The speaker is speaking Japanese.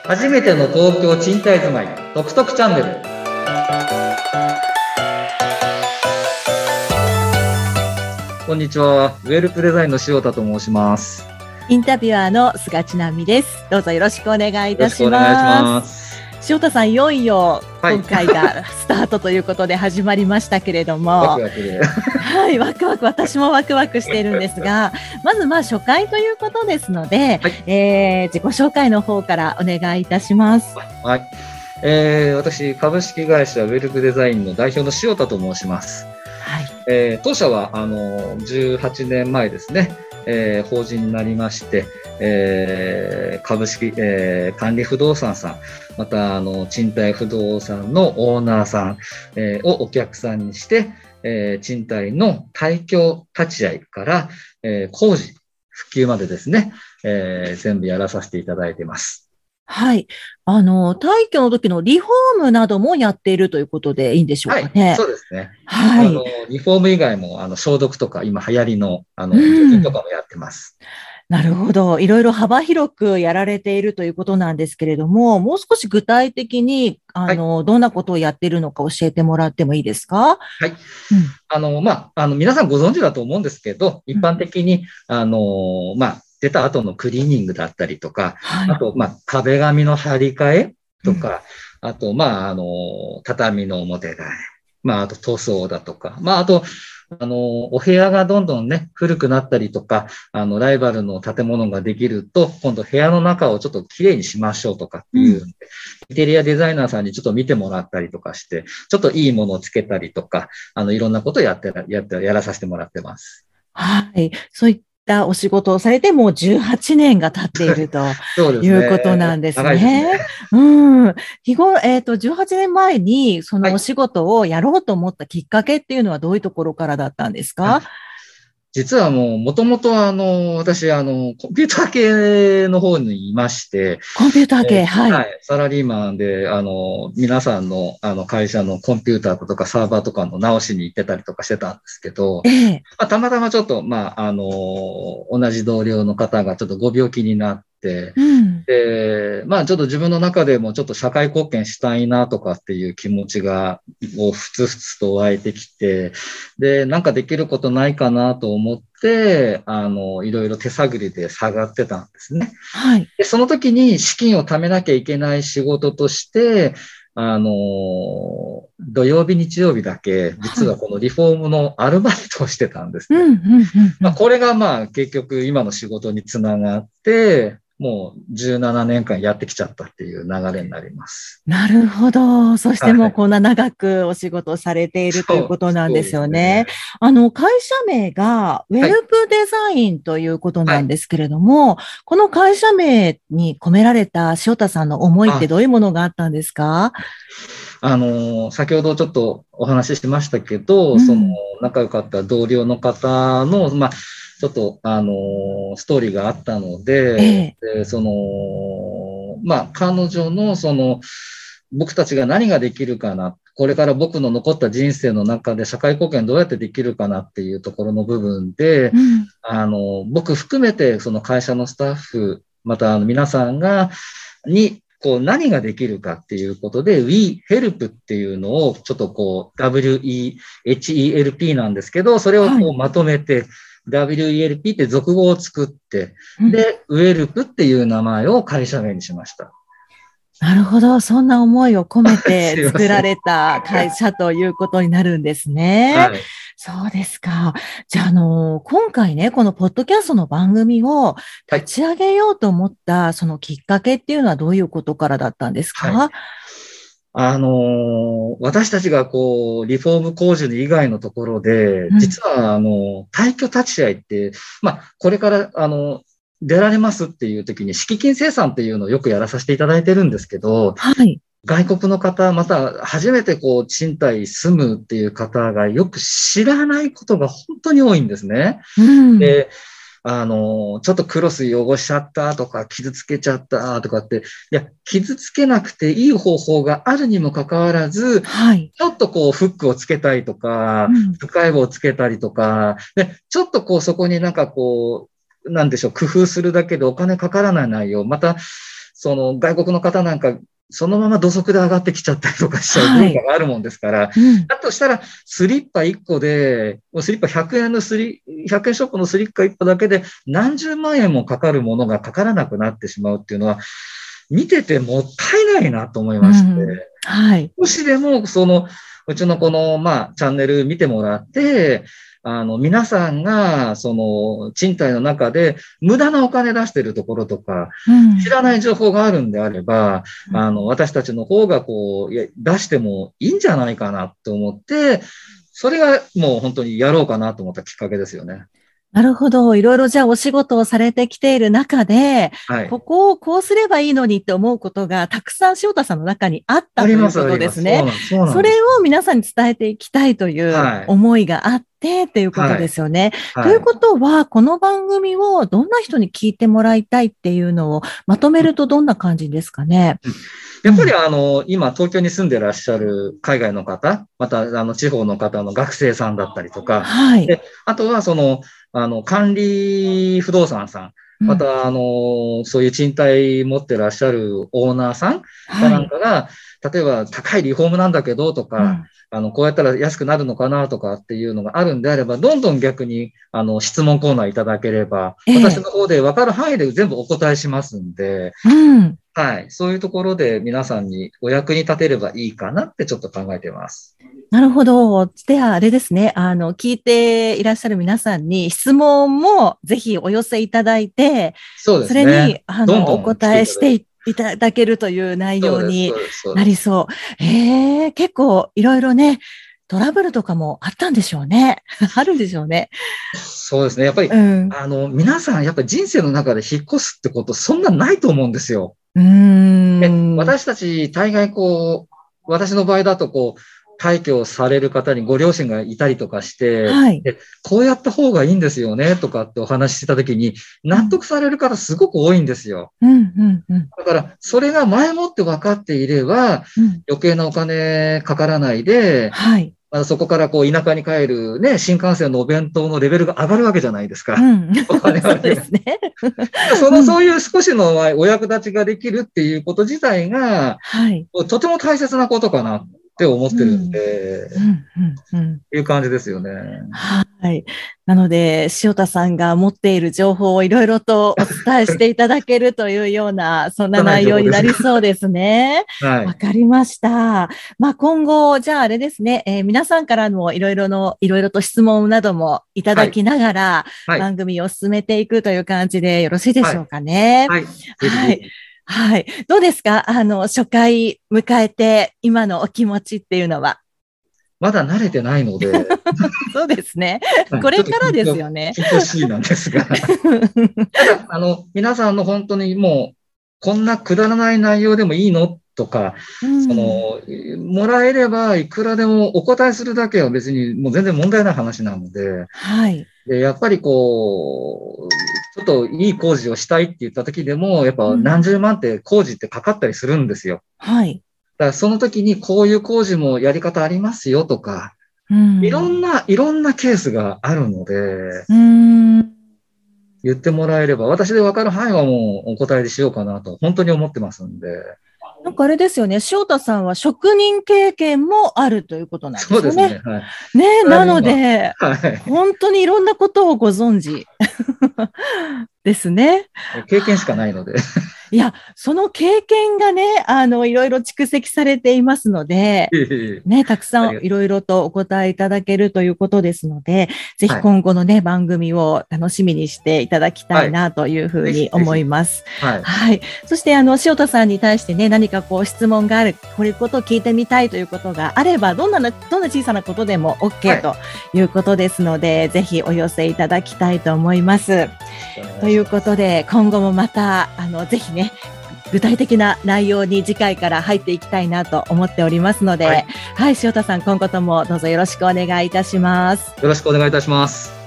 初めての東京賃貸住まいトクトクチャンネル。こんにちは、ウェルプデザインの塩田と申します。 インタビュアーの菅千奈美です。どうぞよろしくお願いいたします。 よろしくお願いします。 塩田さん、いよいよ今回がスタートということで始まりましたけれども、 ワクワクではい、ワクワク、私もワクワクしているんですが、まず初回ということですので、 はい、 自己紹介の方からお願いいたします。 はい、私、株式会社ウェルプデザインの代表の塩田と申します。はい、当社は18年前ですね、法人になりまして、株式、管理不動産さん、また賃貸不動産のオーナーさん、をお客さんにして、賃貸の退去立ち会いから、工事復旧までですね、全部やらさせていただいています。 はい。退去の時のリフォームなどもやっているということでいいんでしょうかね。 はい、そうですね。 はい。 リフォーム以外も、消毒とか、今流行りの、除菌とかもやってます。 なるほど。いろいろ幅広くやられているということなんですけれども、もう少し具体的に、 はい、 どんなことをやっているのか教えてもらってもいいですか？ はい。皆さんご存知だと思うんですけど、一般的に、出た後のクリーニングだったりとか、はい、あと、壁紙の張り替えとか、あと、畳の表替え、あと塗装だとか、あと、お部屋がどんどんね、古くなったりとか、ライバルの建物ができると、今度部屋の中をちょっときれいにしましょうとかっていう、インテリアデザイナーさんにちょっと見てもらったりとかして、ちょっといいものをつけたりとか、いろんなことをやらさせてもらってます。 はい。そういったお仕事をされてもう18年が経っているということなんですね。 長いですね。 うん。18年前にそのお仕事をやろうと思ったきっかけっていうのはどういうところからだったんですか？ 実はもともと私、コンピューター系の方にいまして、 コンピューター系、はい。 はい。サラリーマンで、皆さんの、会社のコンピューターとかサーバーとかの直しに行ってたりとかしてたんですけど、たまたまちょっと、同じ同僚の方がちょっとご病気になって、で、ちょっと自分の中でもちょっと社会貢献したいなとかっていう気持ちが、ふつふつと湧いてきて、で、なんかできることないかなと思って、いろいろ手探りで探ってたんですね。 はい。 で、その時に資金を貯めなきゃいけない仕事として、土曜日、日曜日だけ、実はこのリフォームのアルバイトをしてたんですね。これが結局今の仕事につながって、もう17年間やってきちゃったっていう流れになります。 なるほど。そしてもうこんな長くお仕事をされているということなんですよね。会社名がウェルプデザインということなんですけれども、この会社名に込められた塩田さんの思いってどういうものがあったんですか？ 先ほどちょっとお話ししましたけど、その仲良かった同僚の方の、ちょっと、ストーリーがあったので、彼女の、僕たちが何ができるかな、これから僕の残った人生の中で社会貢献どうやってできるかなっていうところの部分で、僕含めてその会社のスタッフ、また皆さん何ができるかっていうことで、We Help っていうのをちょっとWEHELP なんですけど、それをまとめて、WELP って俗語を作って、で、ウェルプっていう名前を会社名にしました。 なるほど。そんな思いを込めて作られた会社ということになるんですね。はい、そうですか。じゃあ、今回ね、このポッドキャストの番組を立ち上げようと思った、そのきっかけっていうのはどういうことからだったんですか？ 私たちがリフォーム工事以外のところで、実は、退去立ち会いって、これから、出られますっていう時に、敷金生産っていうのをよくやらさせていただいてるんですけど、はい。外国の方、また初めて賃貸住むっていう方がよく知らないことが本当に多いんですね。で、ちょっとクロス汚しちゃったとか、傷つけちゃったとかって、いや、傷つけなくていい方法があるにもかかわらず、はい、ちょっとフックをつけたりとか、深い棒をつけたりとか、で、ちょっとそこになんでしょう、工夫するだけでお金かからない内容、また、 その外国の方なんか、そのまま土足で上がってきちゃったりとかしちゃう文化があるもんですから、だとしたら、スリッパ1個で、スリッパ100円ショップのスリッパ1個だけで何十万円もかかるものがかからなくなってしまうっていうのは、見ててもったいないなと思いまして、 はい。 少しでも、うちのこの、チャンネル見てもらって、皆さんが、賃貸の中で無駄なお金出してるところとか、知らない情報があるんであれば、私たちの方が出してもいいんじゃないかなと思って、それがもう本当にやろうかなと思ったきっかけですよね。 なるほど。いろいろじゃあお仕事をされてきている中で、ここをこうすればいいのにって思うことがたくさん塩田さんの中にあったということですね。それを皆さんに伝えていきたいという思いがあってっていうことですよね。ということは、この番組をどんな人に聞いてもらいたいっていうのをまとめるとどんな感じですかね。 やっぱり今東京に住んでらっしゃる海外の方、また地方の方の学生さんだったりとか、であとは管理不動産さん、またそういう賃貸持ってらっしゃるオーナーさんかなんかが、例えば高いリフォームなんだけどとか、こうやったら安くなるのかなとかっていうのがあるんであれば、どんどん逆に質問コーナーいただければ、私の方で分かる範囲で全部お答えしますんで、はい。そういうところで皆さんにお役に立てればいいかなってちょっと考えています。 なるほど。では、あれですね。聞いていらっしゃる皆さんに質問もぜひお寄せいただいて、 そうですね。 それに、お答えしていただけるという内容になりそう。結構いろいろね、トラブルとかもあったんでしょうね。あるんでしょうね。 そうですね。やっぱり、皆さん、やっぱり人生の中で引っ越すってことそんなないと思うんですよ。私たち、大概私の場合だと退去される方にご両親がいたりとかして、でこうやった方がいいんですよね、とかってお話ししてたときに、納得される方すごく多いんですよ。だから、それが前もって分かっていれば、余計なお金かからないで、そこから田舎に帰るね、新幹線のお弁当のレベルが上がるわけじゃないですか。お金はですね。そういう少しのお役立ちができるっていうこと自体が、とても大切なことかなって思ってるんで、いう感じですよね。 はい。なので、塩田さんが持っている情報をいろいろとお伝えしていただけるというような、そんな内容になりそうですね。わかりました。今後、じゃああれですね、皆さんからもいろいろと質問などもいただきながら、番組を進めていくという感じでよろしいでしょうかね。はい。どうですか？初回迎えて、今のお気持ちっていうのは。 まだ慣れてないので。 そうですね。これからですよね。 緊張しいなんですが。ただ、皆さんの本当にもう、こんなくだらない内容でもいいのとか、もらえればいくらでもお答えするだけは別にもう全然問題ない話なので、でやっぱりちょっといい工事をしたいって言った時でも、やっぱ何十万って工事ってかかったりするんですよ。だからその時にこういう工事もやり方ありますよとか、いろんなケースがあるので、言ってもらえれば、私で分かる範囲はもうお答えでしようかなと、本当に思ってますんで。 なんかあれですよね、塩田さんは職人経験もあるということなんですよね。 そうですね。 ね、なので、本当にいろんなことをご存知ですね。 経験しかないので。 いや、その経験がね、いろいろ蓄積されていますので、ね、たくさんいろいろとお答えいただけるということですので、ぜひ今後のね、番組を楽しみにしていただきたいなというふうに思います。はい。そして、塩田さんに対してね、何か質問がある、こういうことを聞いてみたいということがあれば、どんな小さなことでも OK ということですので、ぜひお寄せいただきたいと思います。ということで、今後もまた、ぜひね、具体的な内容に次回から入っていきたいなと思っておりますので、塩田さん、今後ともどうぞよろしくお願いいたします。 よろしくお願いいたします。